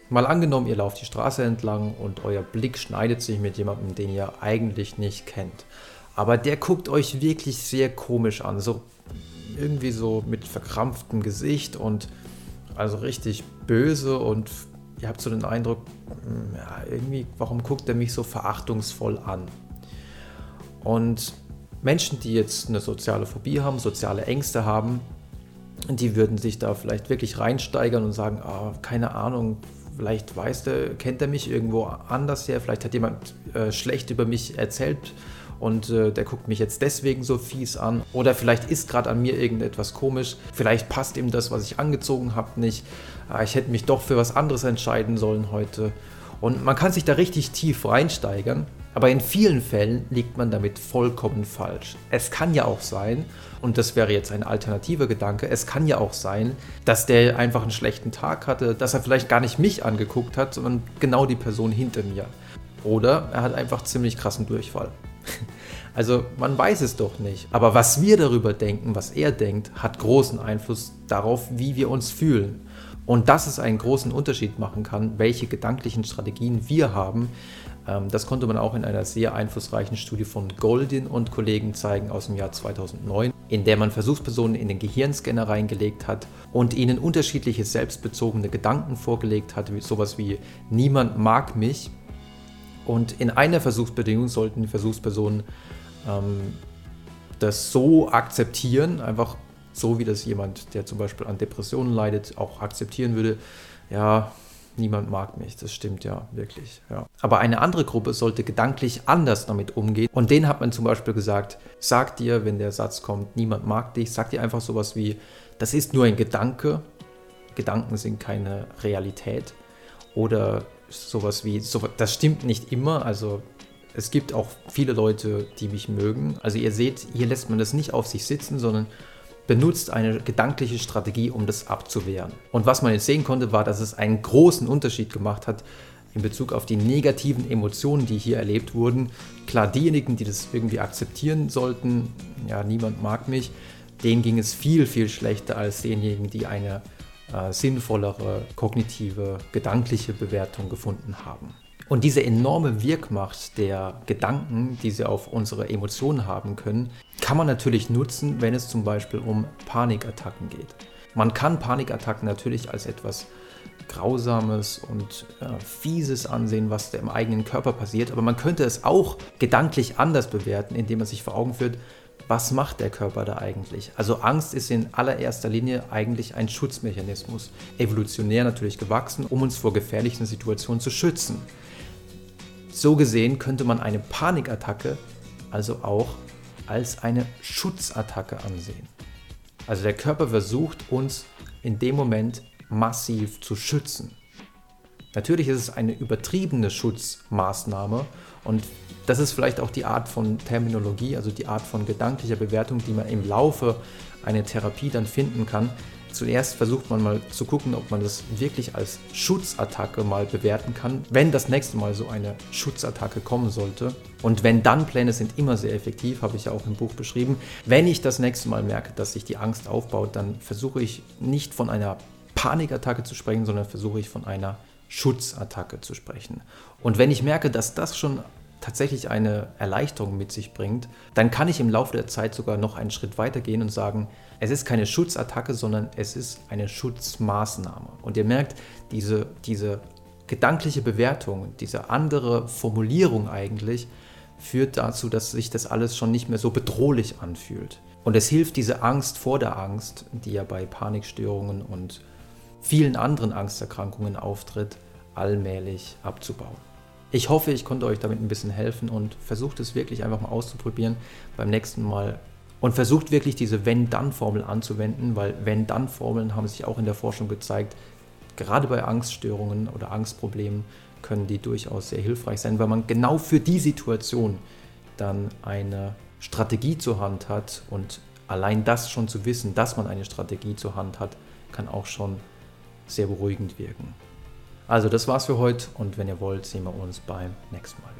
Mal angenommen, ihr lauft die Straße entlang und euer Blick schneidet sich mit jemandem, den ihr eigentlich nicht kennt. Aber der guckt euch wirklich sehr komisch an, so irgendwie so mit verkrampftem Gesicht und also richtig böse und ihr habt so den Eindruck, ja, irgendwie, warum guckt er mich so verachtungsvoll an? Und Menschen, die jetzt eine soziale Phobie haben, soziale Ängste haben, die würden sich da vielleicht wirklich reinsteigern und sagen, keine Ahnung, vielleicht kennt er mich irgendwo anders her, vielleicht hat jemand schlecht über mich erzählt und der guckt mich jetzt deswegen so fies an. Oder vielleicht ist gerade an mir irgendetwas komisch, vielleicht passt ihm das, was ich angezogen habe, nicht. Ich hätte mich doch für was anderes entscheiden sollen heute. Und man kann sich da richtig tief reinsteigern, aber in vielen Fällen liegt man damit vollkommen falsch. Es kann ja auch sein, und das wäre jetzt ein alternativer Gedanke, es kann ja auch sein, dass der einfach einen schlechten Tag hatte, dass er vielleicht gar nicht mich angeguckt hat, sondern genau die Person hinter mir. Oder er hat einfach ziemlich krassen Durchfall. Also man weiß es doch nicht. Aber was wir darüber denken, was er denkt, hat großen Einfluss darauf, wie wir uns fühlen. Und dass es einen großen Unterschied machen kann, welche gedanklichen Strategien wir haben, das konnte man auch in einer sehr einflussreichen Studie von Goldin und Kollegen zeigen aus dem Jahr 2009, in der man Versuchspersonen in den Gehirnscanner reingelegt hat und ihnen unterschiedliche selbstbezogene Gedanken vorgelegt hat, sowas wie „Niemand mag mich". Und in einer Versuchsbedingung sollten die Versuchspersonen das so akzeptieren, einfach so wie das jemand, der zum Beispiel an Depressionen leidet, auch akzeptieren würde, ja, niemand mag mich, das stimmt ja wirklich. Ja. Aber eine andere Gruppe sollte gedanklich anders damit umgehen. Und denen hat man zum Beispiel gesagt, sag dir, wenn der Satz kommt, niemand mag dich, sag dir einfach sowas wie, das ist nur ein Gedanke, Gedanken sind keine Realität. Oder sowas wie, das stimmt nicht immer, also es gibt auch viele Leute, die mich mögen. Also ihr seht, hier lässt man das nicht auf sich sitzen, sondern benutzt eine gedankliche Strategie, um das abzuwehren. Und was man jetzt sehen konnte, war, dass es einen großen Unterschied gemacht hat in Bezug auf die negativen Emotionen, die hier erlebt wurden. Klar, diejenigen, die das irgendwie akzeptieren sollten, ja, niemand mag mich, denen ging es viel, viel schlechter als denjenigen, die eine sinnvollere, kognitive, gedankliche Bewertung gefunden haben. Und diese enorme Wirkmacht der Gedanken, die sie auf unsere Emotionen haben können, kann man natürlich nutzen, wenn es zum Beispiel um Panikattacken geht. Man kann Panikattacken natürlich als etwas Grausames und Fieses ansehen, was da im eigenen Körper passiert, aber man könnte es auch gedanklich anders bewerten, indem man sich vor Augen führt, was macht der Körper da eigentlich? Also Angst ist in allererster Linie eigentlich ein Schutzmechanismus, evolutionär natürlich gewachsen, um uns vor gefährlichen Situationen zu schützen. So gesehen könnte man eine Panikattacke also auch als eine Schutzattacke ansehen. Also der Körper versucht uns in dem Moment massiv zu schützen. Natürlich ist es eine übertriebene Schutzmaßnahme und das ist vielleicht auch die Art von Terminologie, also die Art von gedanklicher Bewertung, die man im Laufe einer Therapie dann finden kann. Zuerst versucht man mal zu gucken, ob man das wirklich als Schutzattacke mal bewerten kann, wenn das nächste Mal so eine Schutzattacke kommen sollte. Und wenn dann, Pläne sind immer sehr effektiv, habe ich ja auch im Buch beschrieben. Wenn ich das nächste Mal merke, dass sich die Angst aufbaut, dann versuche ich nicht von einer Panikattacke zu sprechen, sondern versuche ich von einer Schutzattacke zu sprechen. Und wenn ich merke, dass das schon tatsächlich eine Erleichterung mit sich bringt, dann kann ich im Laufe der Zeit sogar noch einen Schritt weiter gehen und sagen, es ist keine Schutzattacke, sondern es ist eine Schutzmaßnahme. Und ihr merkt, diese gedankliche Bewertung, diese andere Formulierung eigentlich, führt dazu, dass sich das alles schon nicht mehr so bedrohlich anfühlt. Und es hilft, diese Angst vor der Angst, die ja bei Panikstörungen und vielen anderen Angsterkrankungen auftritt, allmählich abzubauen. Ich hoffe, ich konnte euch damit ein bisschen helfen und versucht es wirklich einfach mal auszuprobieren beim nächsten Mal. Und versucht wirklich diese Wenn-Dann-Formel anzuwenden, weil Wenn-Dann-Formeln haben sich auch in der Forschung gezeigt, gerade bei Angststörungen oder Angstproblemen können die durchaus sehr hilfreich sein, weil man genau für die Situation dann eine Strategie zur Hand hat und allein das schon zu wissen, dass man eine Strategie zur Hand hat, kann auch schon sehr beruhigend wirken. Also das war's für heute und wenn ihr wollt, sehen wir uns beim nächsten Mal.